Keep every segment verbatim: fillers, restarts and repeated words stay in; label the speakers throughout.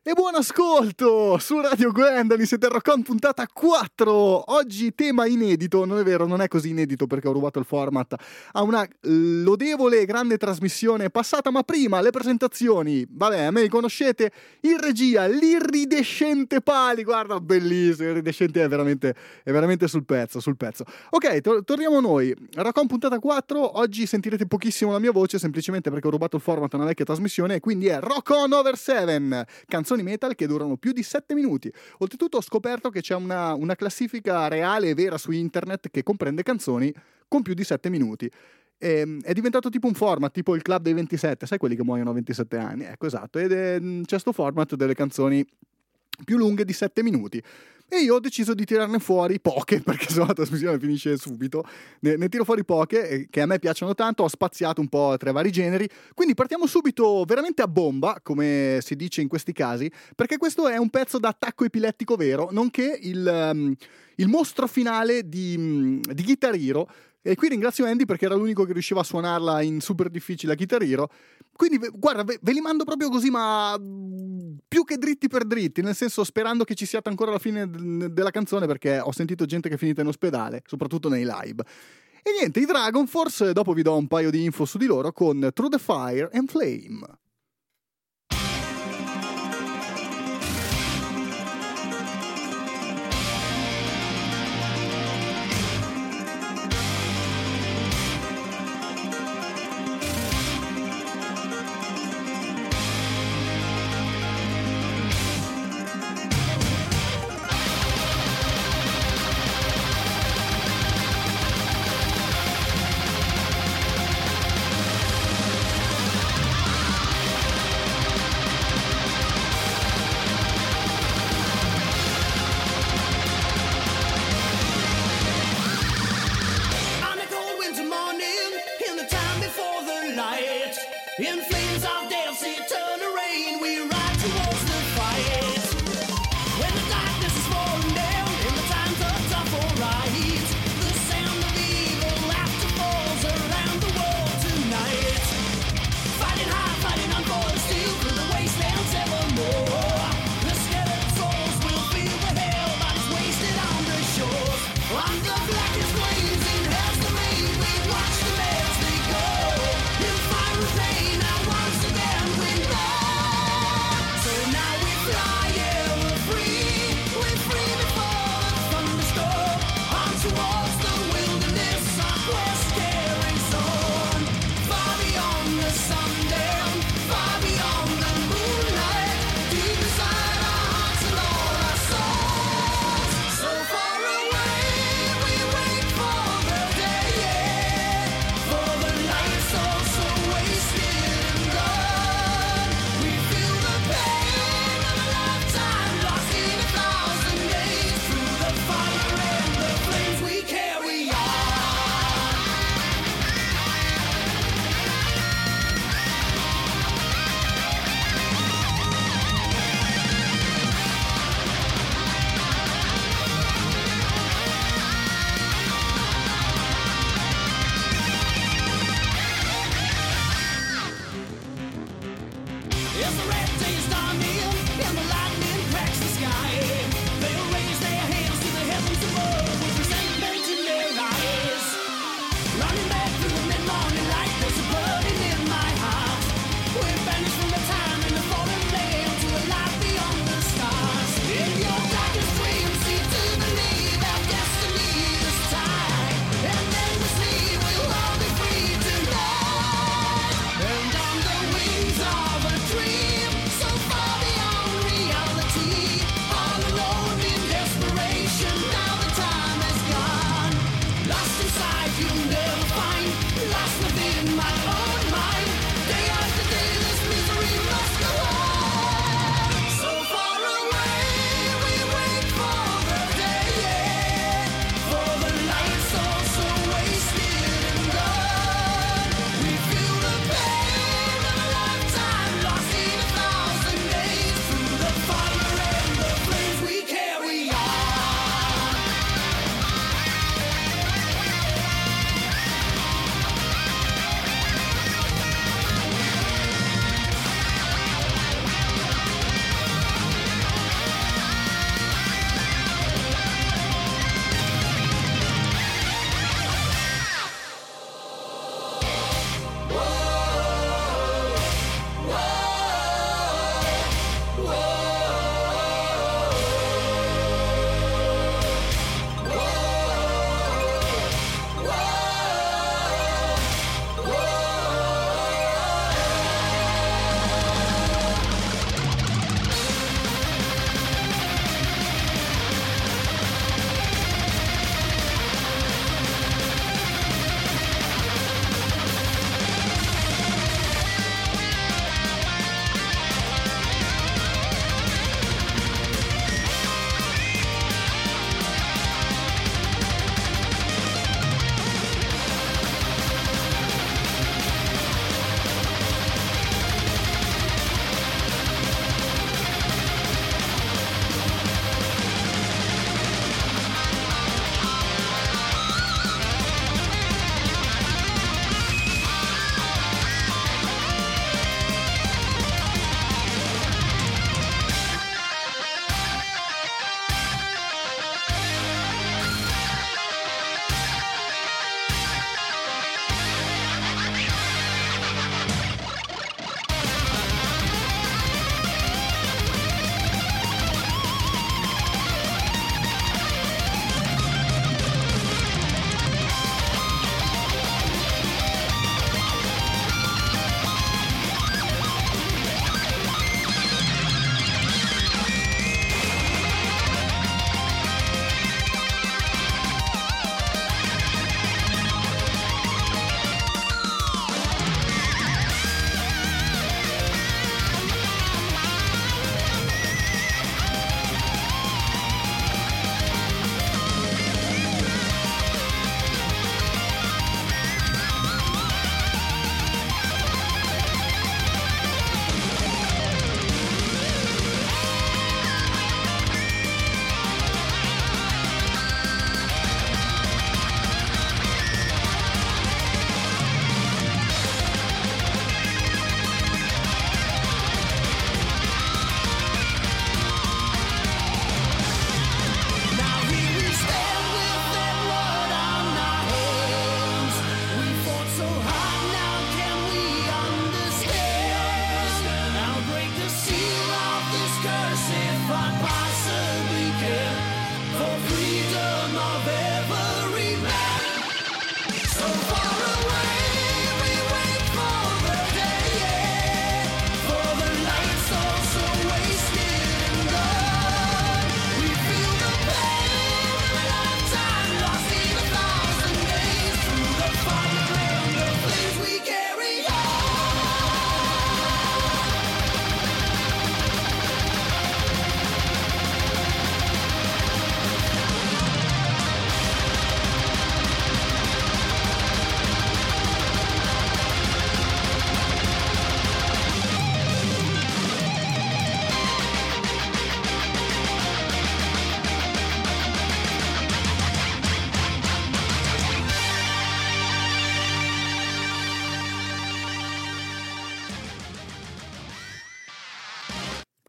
Speaker 1: E buon ascolto su Radio Gwendolyn, siete Rock On puntata quattro. Oggi tema inedito, non è vero, non è così inedito perché ho rubato il format a una lodevole e grande trasmissione passata, ma prima le presentazioni. Vabbè, a me mi conoscete, in regia l'iridescente Pali, guarda, bellissimo, l'iridescente è veramente, è veramente sul pezzo, sul pezzo. Ok, to- torniamo noi, Rock On puntata quattro, oggi sentirete pochissimo la mia voce, semplicemente perché ho rubato il format a una vecchia trasmissione, e quindi è Rock On Over sette, canzoni metal che durano più di sette minuti. Oltretutto ho scoperto che c'è una, una classifica reale e vera su internet che comprende canzoni con più di sette minuti. E, è diventato tipo un format, tipo il Club dei ventisette, sai quelli che muoiono a ventisette anni? Ecco, esatto, ed è, c'è sto format delle canzoni più lunghe di sette minuti. E io ho deciso di tirarne fuori poche, perché sennò la trasmissione finisce subito. Ne, ne tiro fuori poche, che a me piacciono tanto, ho spaziato un po' tra i vari generi, quindi partiamo subito veramente a bomba, come si dice in questi casi, perché questo è un pezzo da attacco epilettico vero, nonché il, um, il mostro finale di, um, di Guitar Hero. E qui ringrazio Andy perché era l'unico che riusciva a suonarla in super difficile a Guitar Hero. Quindi guarda, ve, ve li mando proprio così, ma più che dritti per dritti, nel senso sperando che ci siate ancora alla fine d- della canzone, perché ho sentito gente che è finita in ospedale, soprattutto nei live. E niente, i Dragon Force, dopo vi do un paio di info su di loro con Through the Fire and Flame.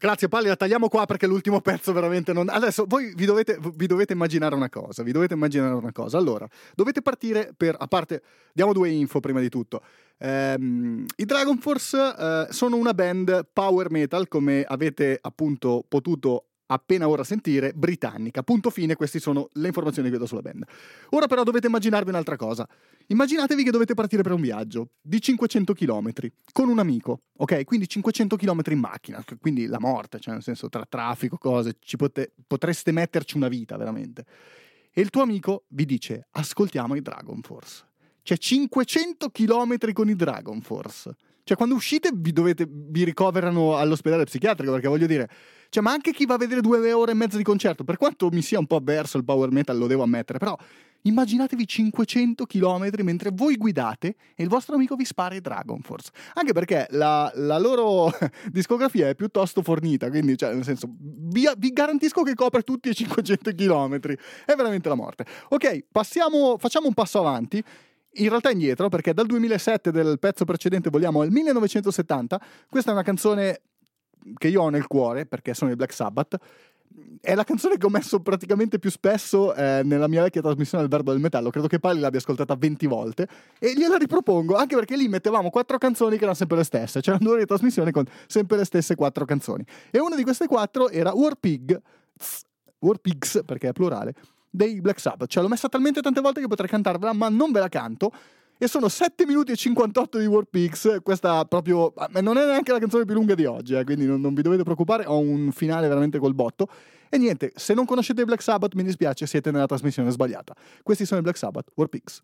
Speaker 1: Grazie Palli, la tagliamo qua perché l'ultimo pezzo veramente non... Adesso voi vi dovete, vi dovete immaginare una cosa, vi dovete immaginare una cosa. Allora, dovete partire per, a parte, diamo due info prima di tutto. Ehm, I Dragon Force eh, sono una band power metal, come avete appunto potuto appena ora sentire, britannica. Punto fine, queste sono le informazioni che vi do sulla band. Ora però dovete immaginarvi un'altra cosa. Immaginatevi che dovete partire per un viaggio di cinquecento chilometri con un amico, ok? Quindi cinquecento chilometri in macchina, quindi la morte, cioè nel senso tra traffico, cose, ci pote- potreste metterci una vita veramente. E il tuo amico vi dice, ascoltiamo i Dragon Force. Cioè cinquecento chilometri con i Dragon Force. Cioè quando uscite vi, dovete, vi ricoverano all'ospedale psichiatrico, perché voglio dire, cioè ma anche chi va a vedere due ore e mezza di concerto, per quanto mi sia un po' avverso il power metal, lo devo ammettere, però immaginatevi cinquecento chilometri mentre voi guidate e il vostro amico vi spara i Dragon Force. Anche perché la, la loro discografia è piuttosto fornita, quindi cioè nel senso vi, vi garantisco che copre tutti i cinquecento chilometri. È veramente la morte. Ok, passiamo, facciamo un passo avanti. In realtà indietro, perché dal duemilasette del pezzo precedente vogliamo al millenovecentosettanta. Questa è una canzone che io ho nel cuore perché sono i Black Sabbath. È la canzone che ho messo praticamente più spesso eh, nella mia vecchia trasmissione al Verbo del Metallo. Credo che Pali l'abbia ascoltata venti volte e gliela ripropongo, anche perché lì mettevamo quattro canzoni che erano sempre le stesse. C'erano due ore di trasmissione con sempre le stesse quattro canzoni, e una di queste quattro era War Pig, War Pigs perché è plurale, dei Black Sabbath. Cioè l'ho messa talmente tante volte che potrei cantarvela, ma non ve la canto. E sono sette minuti e cinquantotto di War Pigs. Questa proprio non è neanche la canzone più lunga di oggi, eh, quindi non, non vi dovete preoccupare, ho un finale veramente col botto. E niente, se non conoscete i Black Sabbath mi dispiace, siete nella trasmissione sbagliata. Questi sono i Black Sabbath, War Pigs.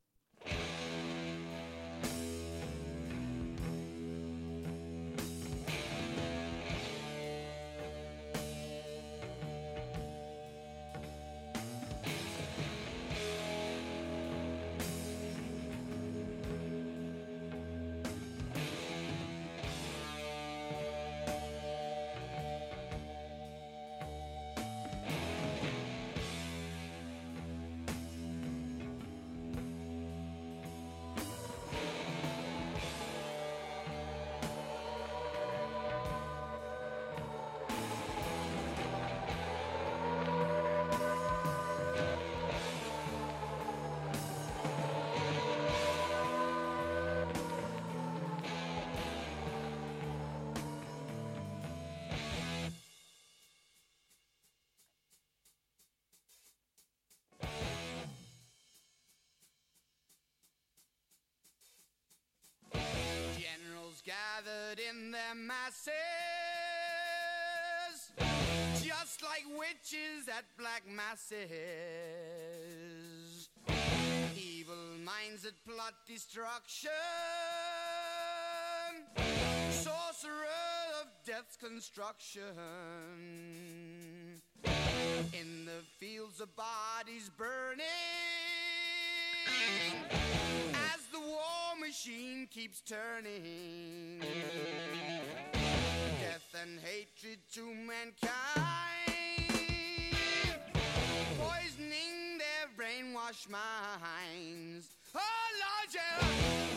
Speaker 2: Gathered in their masses, just like witches at black masses, evil minds that plot destruction, sorcerer of death's construction, in the fields of bodies burning, as the war machine keeps turning, death and hatred to mankind, poisoning their brainwashed minds. Oh Lord, yeah.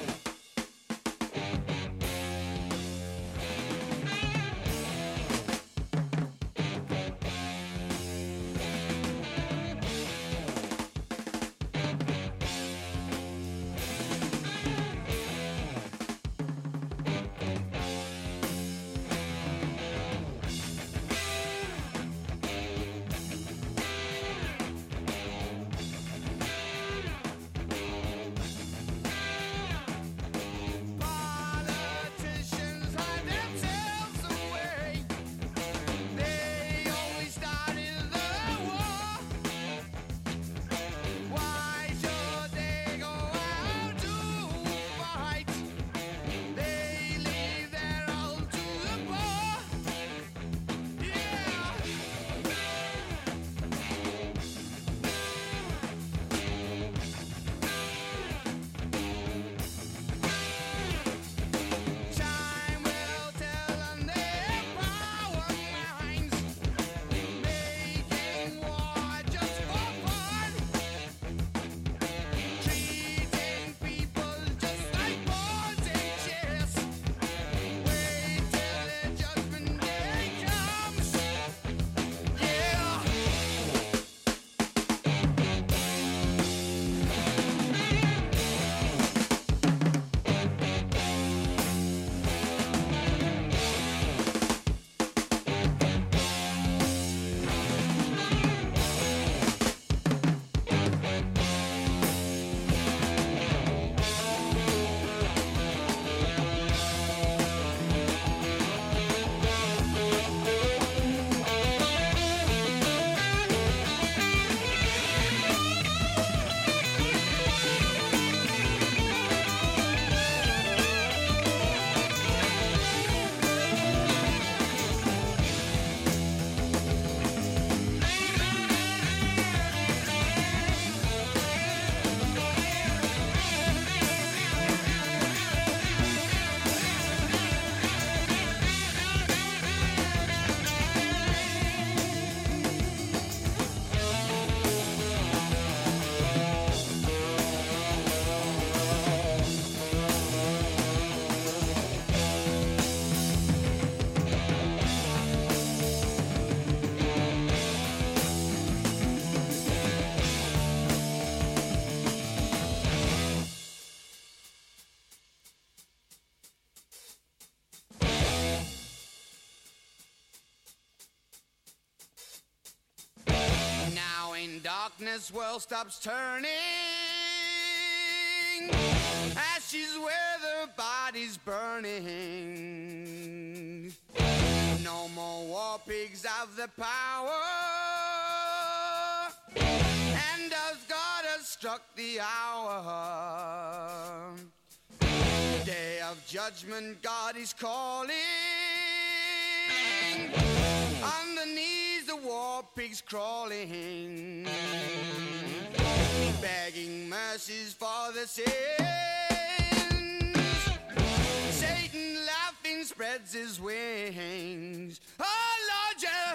Speaker 2: darkness world stops turning, ashes where the body's burning. No more war pigs have the power, and as God has struck the hour, day of judgment God is calling. On the knees the war pigs crawling, begging mercies for the sins. Satan laughing spreads his wings. Oh Lord, yeah.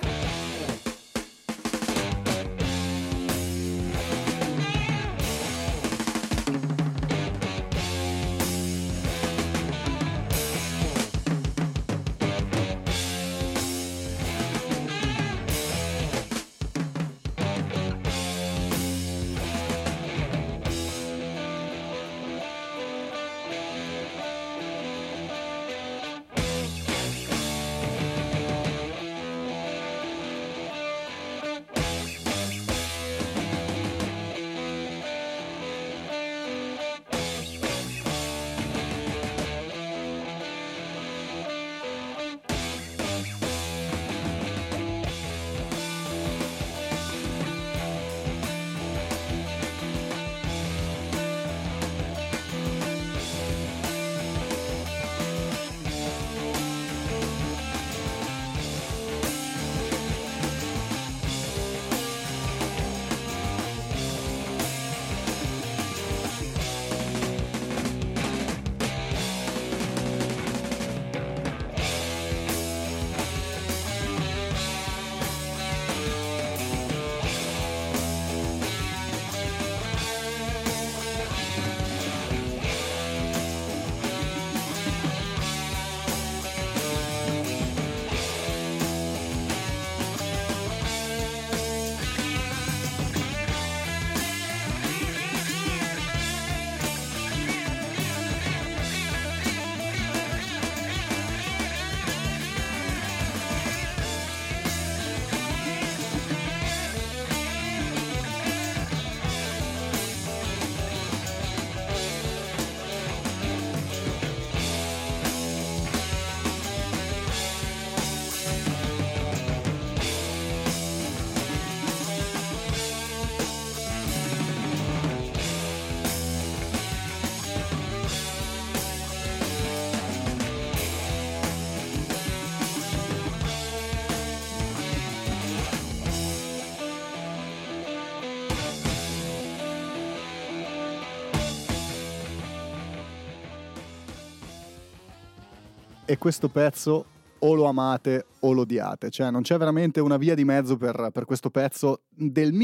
Speaker 1: E questo pezzo o lo amate o lo odiate, cioè non c'è veramente una via di mezzo per, per questo pezzo del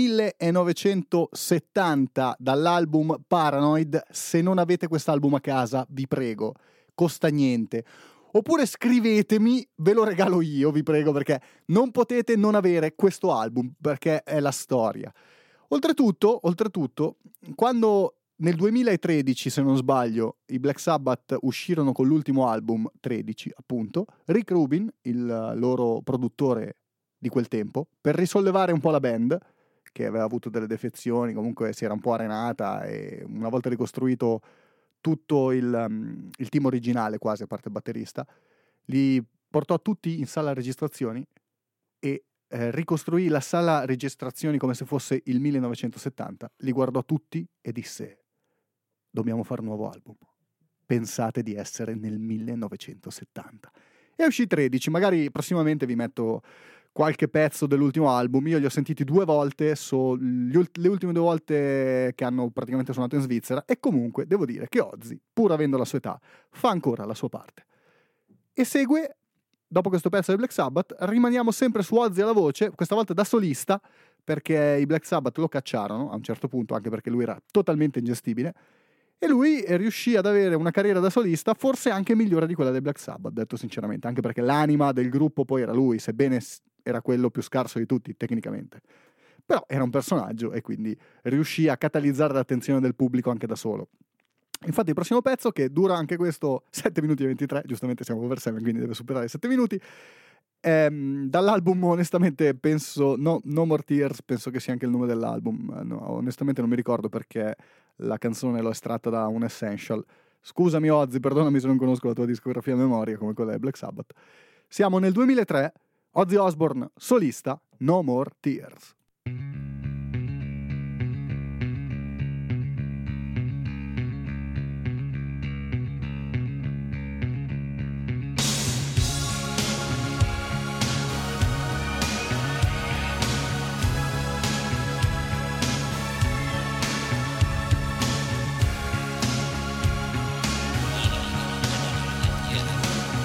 Speaker 1: millenovecentosettanta dall'album Paranoid. Se non avete quest'album a casa, vi prego, costa niente. Oppure scrivetemi, ve lo regalo io, vi prego, perché non potete non avere questo album, perché è la storia. Oltretutto, oltretutto, quando nel duemilatredici, se non sbaglio, i Black Sabbath uscirono con l'ultimo album, tredici appunto, Rick Rubin, il loro produttore di quel tempo, per risollevare un po' la band, che aveva avuto delle defezioni, comunque si era un po' arenata, e una volta ricostruito tutto il, um, il team originale, quasi a parte il batterista, li portò tutti in sala registrazioni e eh, ricostruì la sala registrazioni come se fosse il millenovecentosettanta, li guardò tutti e disse: dobbiamo fare un nuovo album, pensate di essere nel millenovecentosettanta. E uscì tredici, magari prossimamente vi metto qualche pezzo dell'ultimo album. Io li ho sentiti due volte, so, ult- le ultime due volte che hanno praticamente suonato in Svizzera, e comunque devo dire che Ozzy, pur avendo la sua età, fa ancora la sua parte. E segue, dopo questo pezzo del Black Sabbath, rimaniamo sempre su Ozzy alla voce, questa volta da solista, perché i Black Sabbath lo cacciarono a un certo punto, anche perché lui era totalmente ingestibile, e lui riuscì ad avere una carriera da solista forse anche migliore di quella dei Black Sabbath, detto sinceramente, anche perché l'anima del gruppo poi era lui, sebbene era quello più scarso di tutti tecnicamente, però era un personaggio e quindi riuscì a catalizzare l'attenzione del pubblico anche da solo. Infatti il prossimo pezzo, che dura anche questo sette minuti e ventitré, giustamente siamo over seven, quindi deve superare i sette minuti, Ehm, dall'album onestamente penso no, No More Tears, penso che sia anche il nome dell'album, no, onestamente non mi ricordo perché la canzone l'ho estratta da un Essential. Scusami Ozzy, perdonami se non conosco la tua discografia a memoria come quella di Black Sabbath. Siamo nel duemilatré, Ozzy Osbourne solista, No More Tears.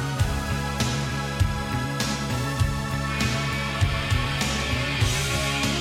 Speaker 3: Yeah.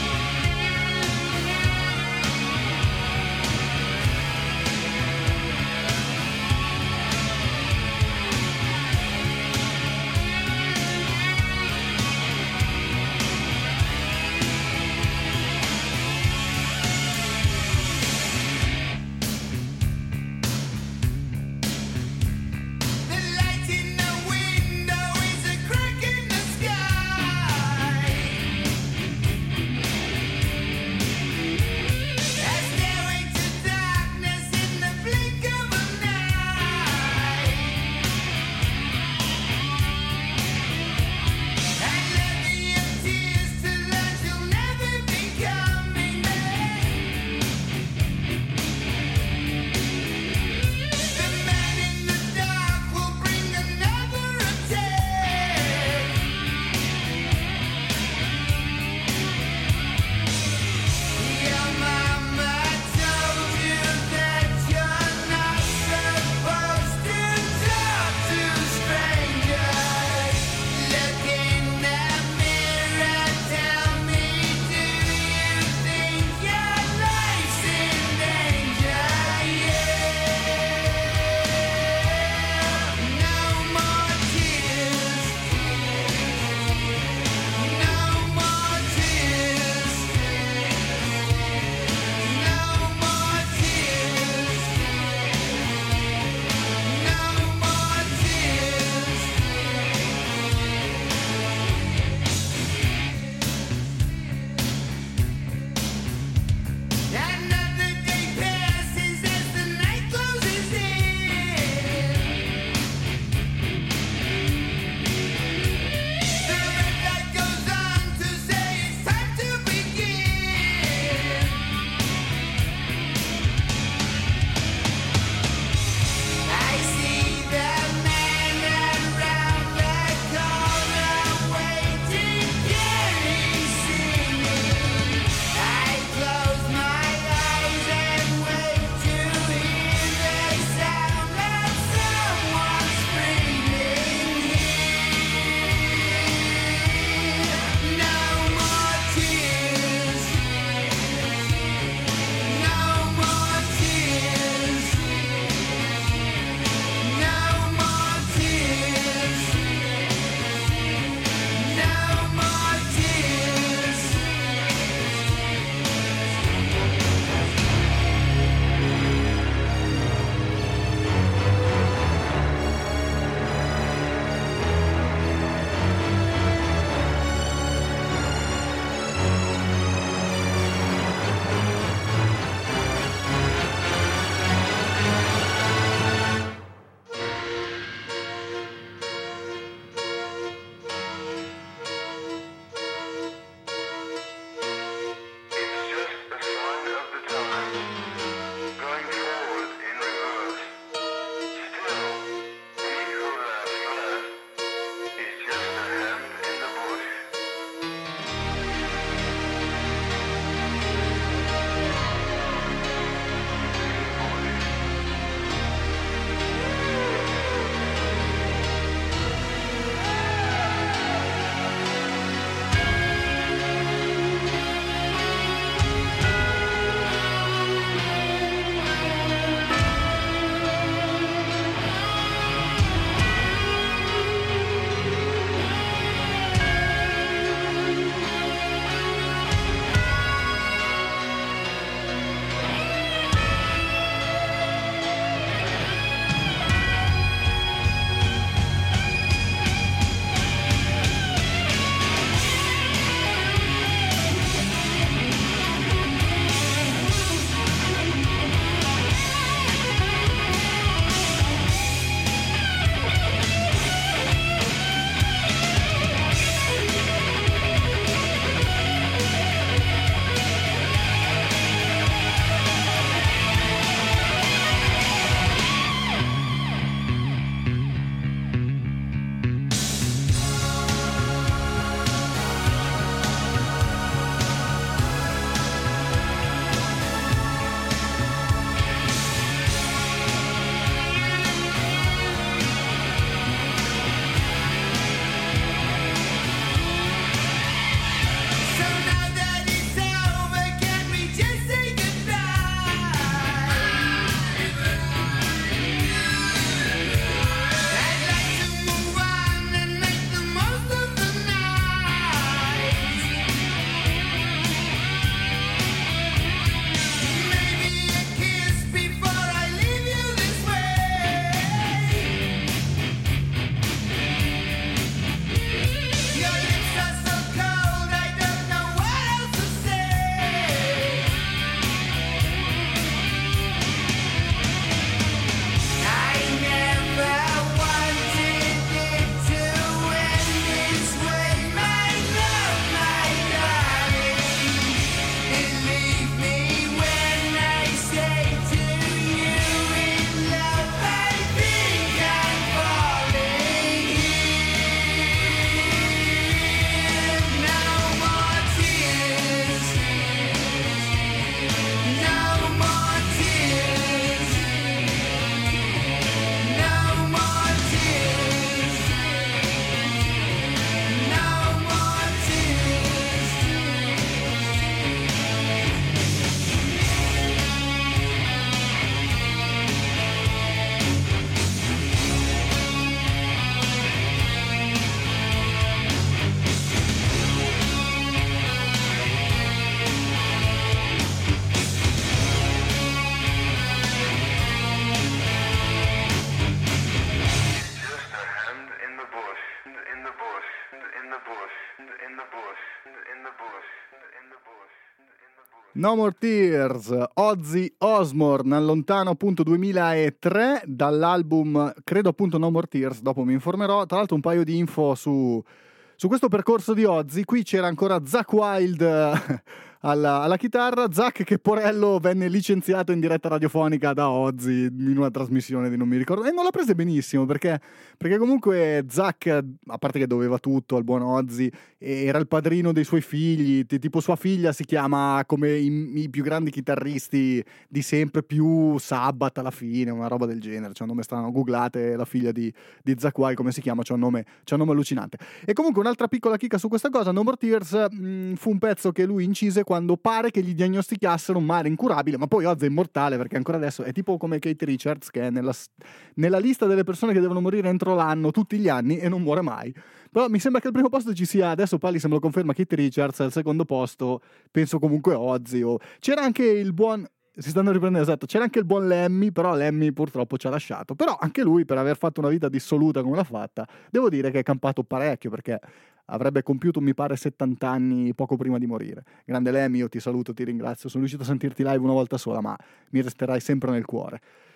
Speaker 1: No More Tears, Ozzy Osbourne, al lontano appunto duemilatré, dall'album credo appunto No More Tears, dopo mi informerò. Tra l'altro un paio di info su, su questo percorso di Ozzy. Qui c'era ancora Zakk Wylde alla, alla chitarra, Zakk che porello venne licenziato in diretta radiofonica da Ozzy in una trasmissione di non mi ricordo, e non l'ha presa benissimo perché, perché comunque Zakk, a parte che doveva tutto al buon Ozzy, era il padrino dei suoi figli, tipo sua figlia si chiama come i, i più grandi chitarristi di sempre, più Sabbath alla fine, una roba del genere, c'è un nome strano, googlate la figlia di, di Zakk Wylde come si chiama, c'è un nome, c'è un nome allucinante. E comunque un'altra piccola chicca su questa cosa, No More Tears mh, fu un pezzo che lui incise quando pare che gli diagnosticassero un male incurabile, ma poi Ozzy è immortale perché ancora adesso è tipo come Keith Richards, che è nella, nella lista delle persone che devono morire entro l'anno tutti gli anni e non muore mai. Però mi sembra che al primo posto ci sia, adesso Pali se me lo conferma, Keith Richards, al secondo posto penso comunque Ozzy. O... c'era anche il buon... si stanno riprendendo, esatto, c'era anche il buon Lemmy, però Lemmy purtroppo ci ha lasciato. Però anche lui, per aver fatto una vita dissoluta come l'ha fatta, devo dire che è campato parecchio, perché avrebbe compiuto, mi pare, settanta anni poco prima di morire. Grande Lemmy, io ti saluto, ti ringrazio, sono riuscito a sentirti live una volta sola, ma mi resterai sempre nel cuore.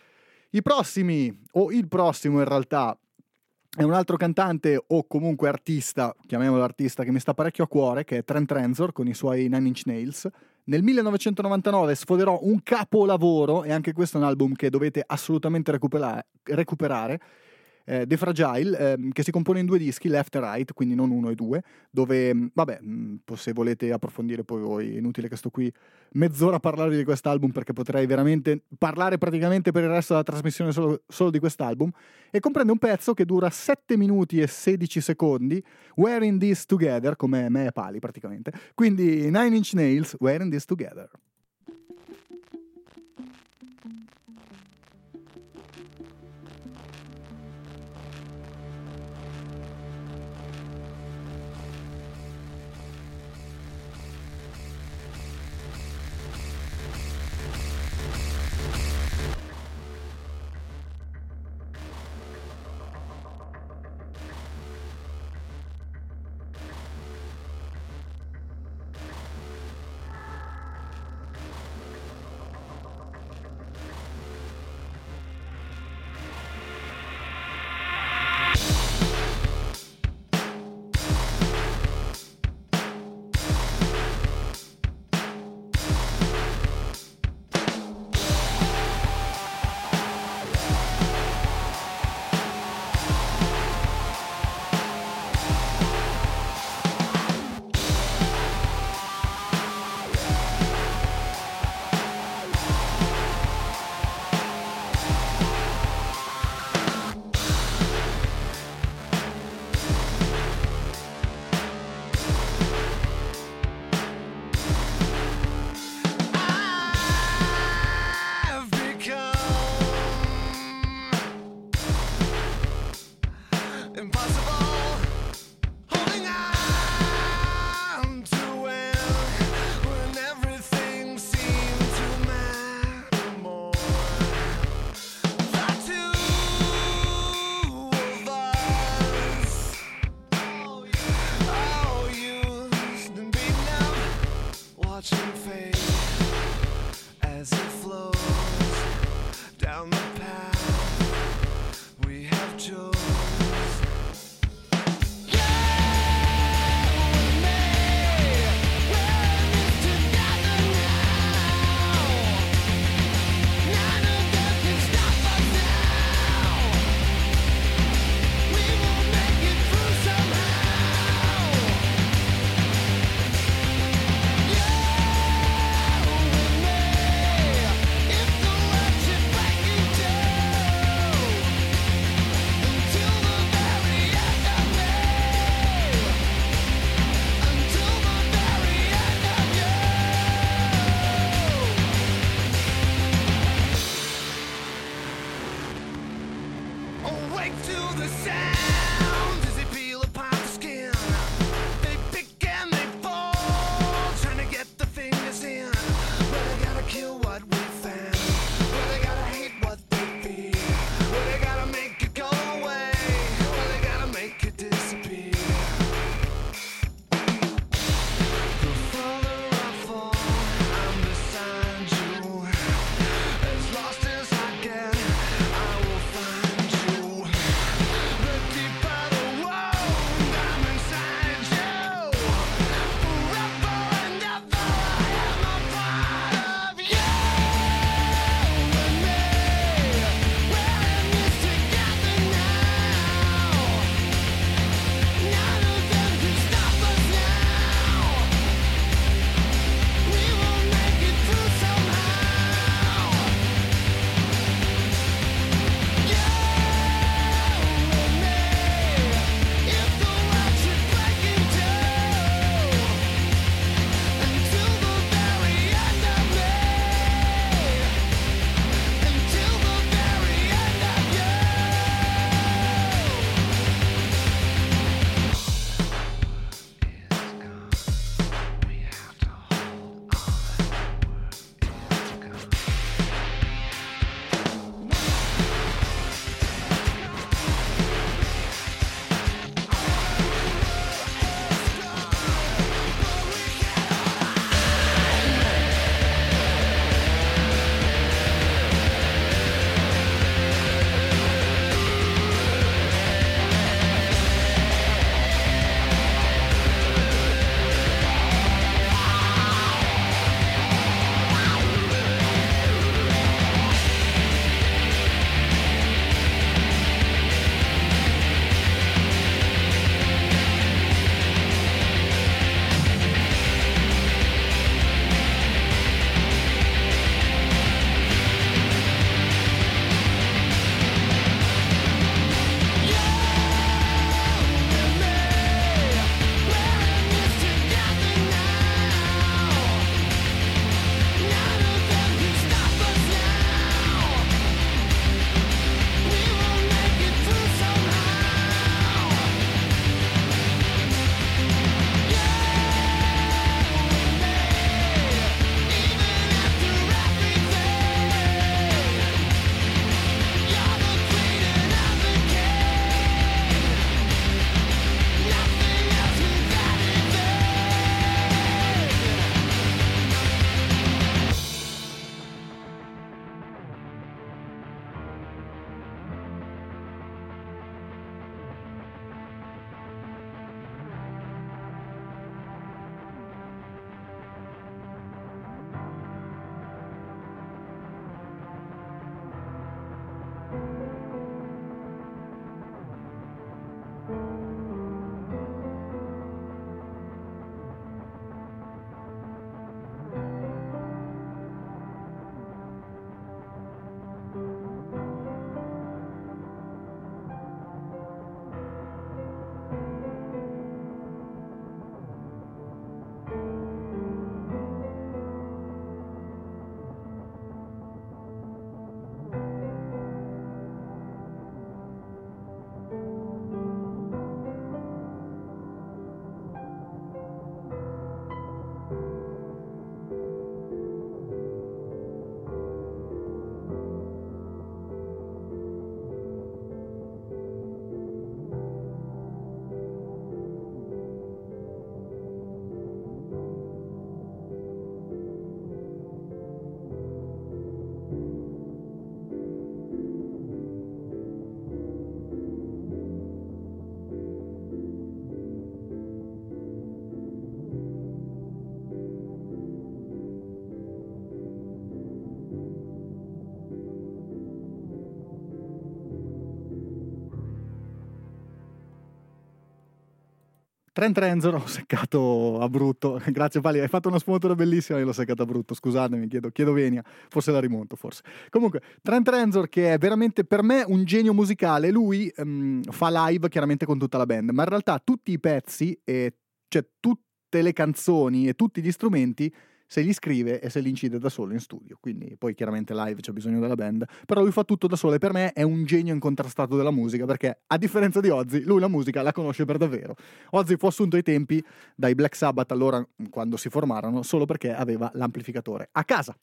Speaker 1: I prossimi, o il prossimo in realtà, è un altro cantante o comunque artista, chiamiamolo artista, che mi sta parecchio a cuore, che è Trent Reznor con i suoi Nine Inch Nails. Nel millenovecentonovantanove sfoderò un capolavoro, e anche questo è un album che dovete assolutamente recuperare, recuperare eh, The Fragile, eh, che si compone in due dischi, left e right, quindi non uno e due, dove, vabbè, se volete approfondire poi voi, è inutile che sto qui mezz'ora a parlare di quest'album, perché potrei veramente parlare praticamente per il resto della trasmissione solo, solo di quest'album, e comprende un pezzo che dura sette minuti e sedici secondi, Wearing This Together, come me e Pali praticamente, quindi Nine Inch Nails, Wearing This Together. Trent Reznor ho seccato a brutto. Grazie Pali, hai fatto una sfumatura bellissima, io l'ho seccato a brutto, scusatemi, chiedo, chiedo venia, forse la rimonto, forse. Comunque, Trent Reznor, che è veramente per me un genio musicale, lui um, fa live chiaramente con tutta la band, ma in realtà tutti i pezzi, e, cioè tutte le canzoni e tutti gli strumenti, se li scrive e se li incide da solo in studio, quindi poi chiaramente live c'è bisogno della band, però lui fa tutto da solo e per me è un genio incontrastato della musica, perché a differenza di Ozzy, lui la musica la conosce per davvero. Ozzy fu assunto ai tempi dai Black Sabbath, allora quando si formarono, solo perché aveva l'amplificatore a casa.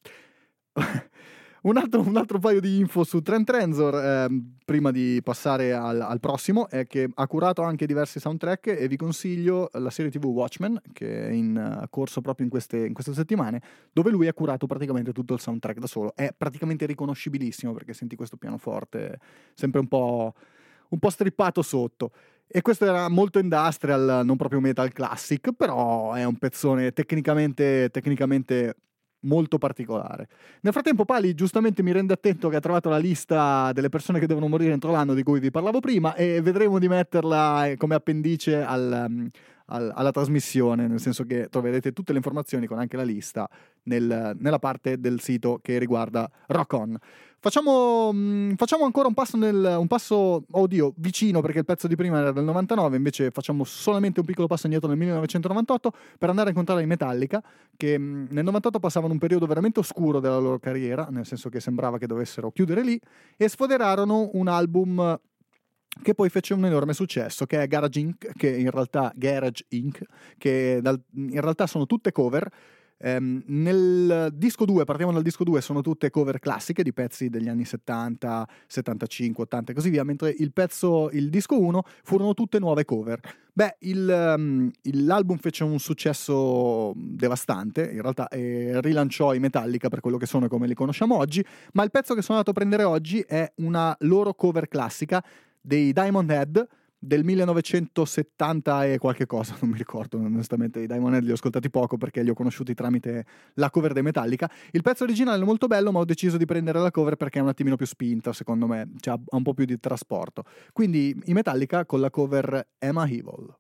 Speaker 1: Un altro, un altro paio di info su Trent Reznor, eh, prima di passare al, al prossimo, è che ha curato anche diversi soundtrack e vi consiglio la serie tivù Watchmen, che è in uh, corso proprio in queste, in queste settimane, dove lui ha curato praticamente tutto il soundtrack da solo. È praticamente riconoscibilissimo perché senti questo pianoforte sempre un po', un po' strippato sotto. E questo era molto industrial, non proprio metal classic, però è un pezzone tecnicamente, tecnicamente molto particolare. Nel frattempo Pali giustamente mi rende attento che ha trovato la lista delle persone che devono morire entro l'anno di cui vi parlavo prima, e vedremo di metterla come appendice al, um, al, alla trasmissione, nel senso che troverete tutte le informazioni con anche la lista nel, nella parte del sito che riguarda Rock On. Facciamo, mh, facciamo ancora un passo nel un passo oddio vicino, perché il pezzo di prima era del novantanove, invece facciamo solamente un piccolo passo indietro nel millenovecentonovantotto per andare a incontrare i Metallica, che mh, nel novantotto passavano un periodo veramente oscuro della loro carriera, nel senso che sembrava che dovessero chiudere lì, e sfoderarono un album che poi fece un enorme successo, che è Garage Incorporated, che in realtà Garage Incorporated, che dal, in realtà sono tutte cover. Um, nel disco due, partiamo dal disco due, sono tutte cover classiche di pezzi degli anni settanta, settantacinque, ottanta e così via, mentre il pezzo, il disco uno furono tutte nuove cover. Beh, il, um, il, l'album fece un successo devastante, in realtà eh, rilanciò i Metallica per quello che sono e come li conosciamo oggi, ma il pezzo che sono andato a prendere oggi è una loro cover classica dei Diamond Head del millenovecentosettanta e qualche cosa, non mi ricordo onestamente. I Diamond Head li ho ascoltati poco perché li ho conosciuti tramite la cover dei Metallica. Il pezzo originale è molto bello, ma ho deciso di prendere la cover perché è un attimino più spinta, secondo me, cioè ha un po' più di trasporto. Quindi i Metallica con la cover Am I Evil.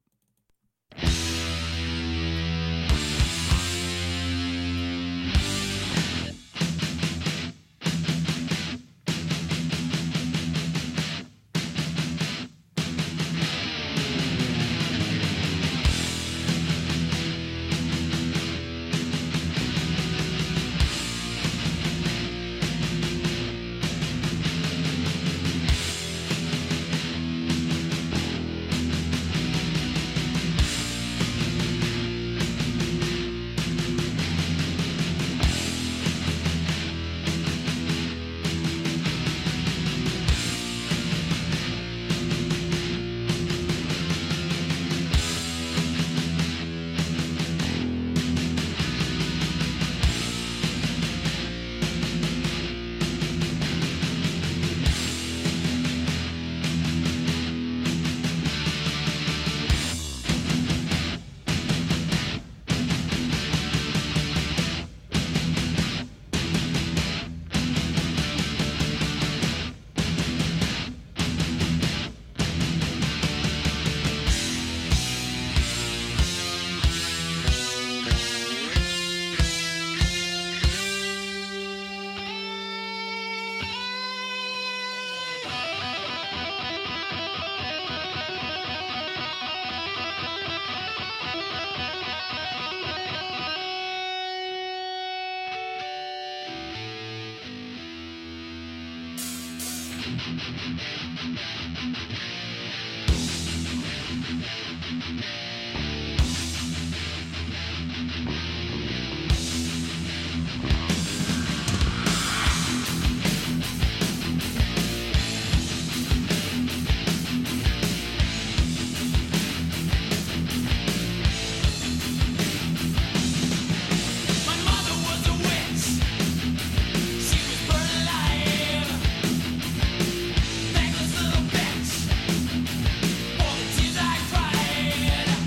Speaker 3: Thankless little bitch. All the tears I cried.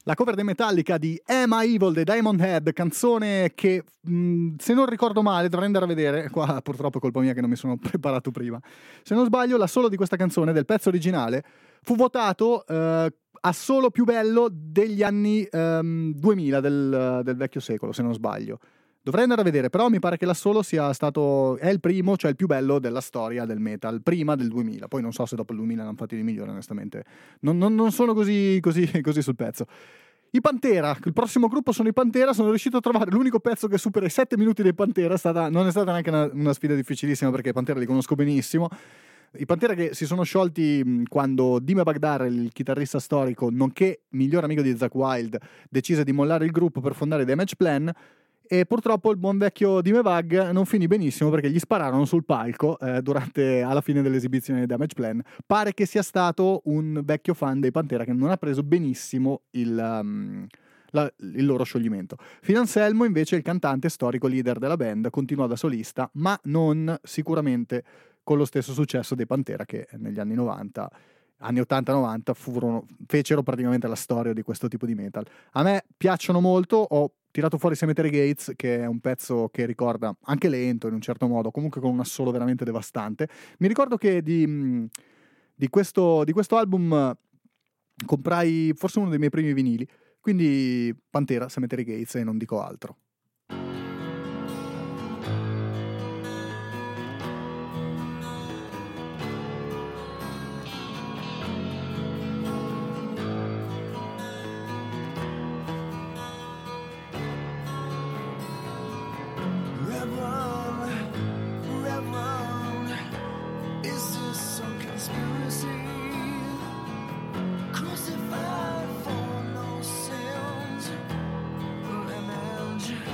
Speaker 1: La cover dei Metallica di Am I Evil dei Diamond Head, canzone che mh, se non ricordo male dovrei andare a vedere, qua purtroppo è colpa mia che non mi sono preparato prima, se non sbaglio l'assolo di questa canzone, del pezzo originale, fu votato eh, assolo più bello degli anni ehm, duemila del, del vecchio secolo, se non sbaglio. Dovrei andare a vedere, però mi pare che l'assolo sia stato, è il primo, cioè il più bello della storia del metal, prima del duemila. Poi non so se dopo il duemila ne hanno fatti di migliori, onestamente. Non, non, non sono così, così, così sul pezzo. I Pantera, il prossimo gruppo sono i Pantera, sono riuscito a trovare l'unico pezzo che supera i sette minuti dei Pantera, è stata, non è stata neanche una, una sfida difficilissima perché i Pantera li conosco benissimo. I Pantera che si sono sciolti quando Dime Bagdar, il chitarrista storico, nonché miglior amico di Zakk Wylde, decise di mollare il gruppo per fondare i Damage Plan. E purtroppo il buon vecchio Dimebag non finì benissimo perché gli spararono sul palco eh, durante, alla fine dell'esibizione di Damage Plan. Pare che sia stato un vecchio fan dei Pantera che non ha preso benissimo il, um, la, il loro scioglimento. Phil Anselmo invece, il cantante storico leader della band, continuò da solista, ma non sicuramente con lo stesso successo dei Pantera che negli anni novanta, anni ottanta novanta furono, fecero praticamente la storia di questo tipo di metal. A me piacciono molto, ho tirato fuori Cemetery Gates, che è un pezzo che ricorda, anche lento in un certo modo, comunque con un assolo veramente devastante. Mi ricordo che di, di, questo, di questo album comprai forse uno dei miei primi vinili, quindi Pantera, Cemetery Gates e non dico altro.
Speaker 3: Crucified for no sins, revenge.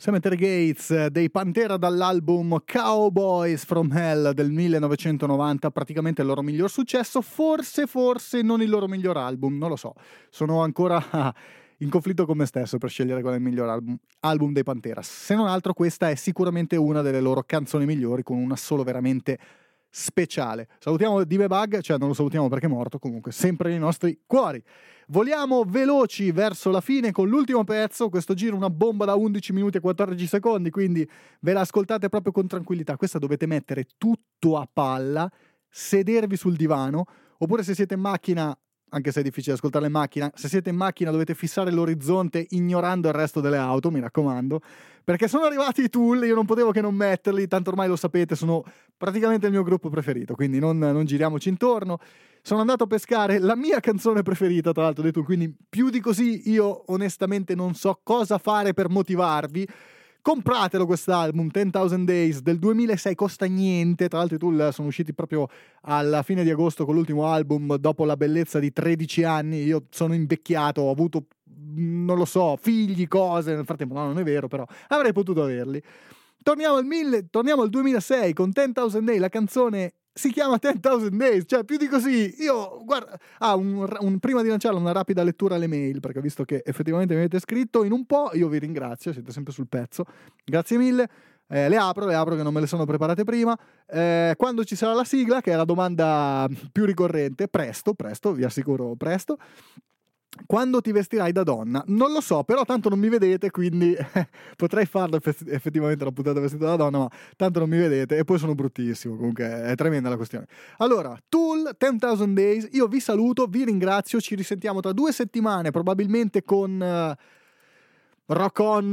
Speaker 1: Cemetery Gates dei Pantera dall'album Cowboys from Hell del millenovecentonovanta, praticamente il loro miglior successo, forse forse non il loro miglior album, non lo so, sono ancora in conflitto con me stesso per scegliere qual è il miglior album, album dei Pantera. Se non altro questa è sicuramente una delle loro canzoni migliori, con un assolo veramente speciale. Salutiamo Dime Bug, cioè non lo salutiamo perché è morto, comunque sempre nei nostri cuori. Voliamo veloci verso la fine con l'ultimo pezzo, questo giro una bomba da undici minuti e quattordici secondi, quindi ve la ascoltate proprio con tranquillità. Questa dovete mettere tutto a palla, sedervi sul divano, oppure se siete in macchina, anche se è difficile ascoltarla in macchina, se siete in macchina dovete fissare l'orizzonte ignorando il resto delle auto, mi raccomando, perché sono arrivati i Tool, io non potevo che non metterli, tanto ormai lo sapete, sono praticamente il mio gruppo preferito, quindi non, non giriamoci intorno. Sono andato a pescare la mia canzone preferita, tra l'altro, dei Tool, quindi più di così io onestamente non so cosa fare per motivarvi. Compratelo quest'album, ten thousand Days del duemilasei, costa niente, tra l'altro i Tool sono usciti proprio alla fine di agosto con l'ultimo album, dopo la bellezza di tredici anni, io sono invecchiato, ho avuto, non lo so, figli, cose, nel frattempo no, non è vero, però avrei potuto averli. Torniamo al, mille, torniamo al duemilasei con ten thousand Days, la canzone si chiama ten thousand Days, cioè più di così, io, guarda, ah, un, un, prima di lanciarla una rapida lettura alle mail, perché ho visto che effettivamente mi avete scritto in un po', io vi ringrazio, siete sempre sul pezzo, grazie mille, eh, le apro, le apro che non me le sono preparate prima, eh, quando ci sarà la sigla, che è la domanda più ricorrente, presto, presto, vi assicuro presto. Quando ti vestirai da donna? Non lo so, però tanto non mi vedete, quindi potrei farlo effettivamente la puntata vestita da donna, ma tanto non mi vedete e poi sono bruttissimo, comunque è tremenda la questione. Allora, Tool, ten thousand Days, io vi saluto, vi ringrazio, ci risentiamo tra due settimane, probabilmente con... Uh, Rock On,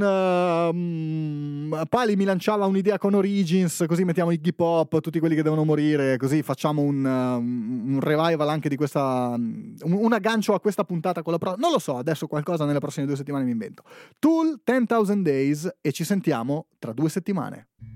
Speaker 1: uh, Pali mi lanciava un'idea con Origins, così mettiamo Iggy Pop, tutti quelli che devono morire, così facciamo un, uh, un revival anche di questa, um, un aggancio a questa puntata con la pro... non lo so, adesso qualcosa nelle prossime due settimane mi invento. Tool, ten thousand Days, e ci sentiamo tra due settimane.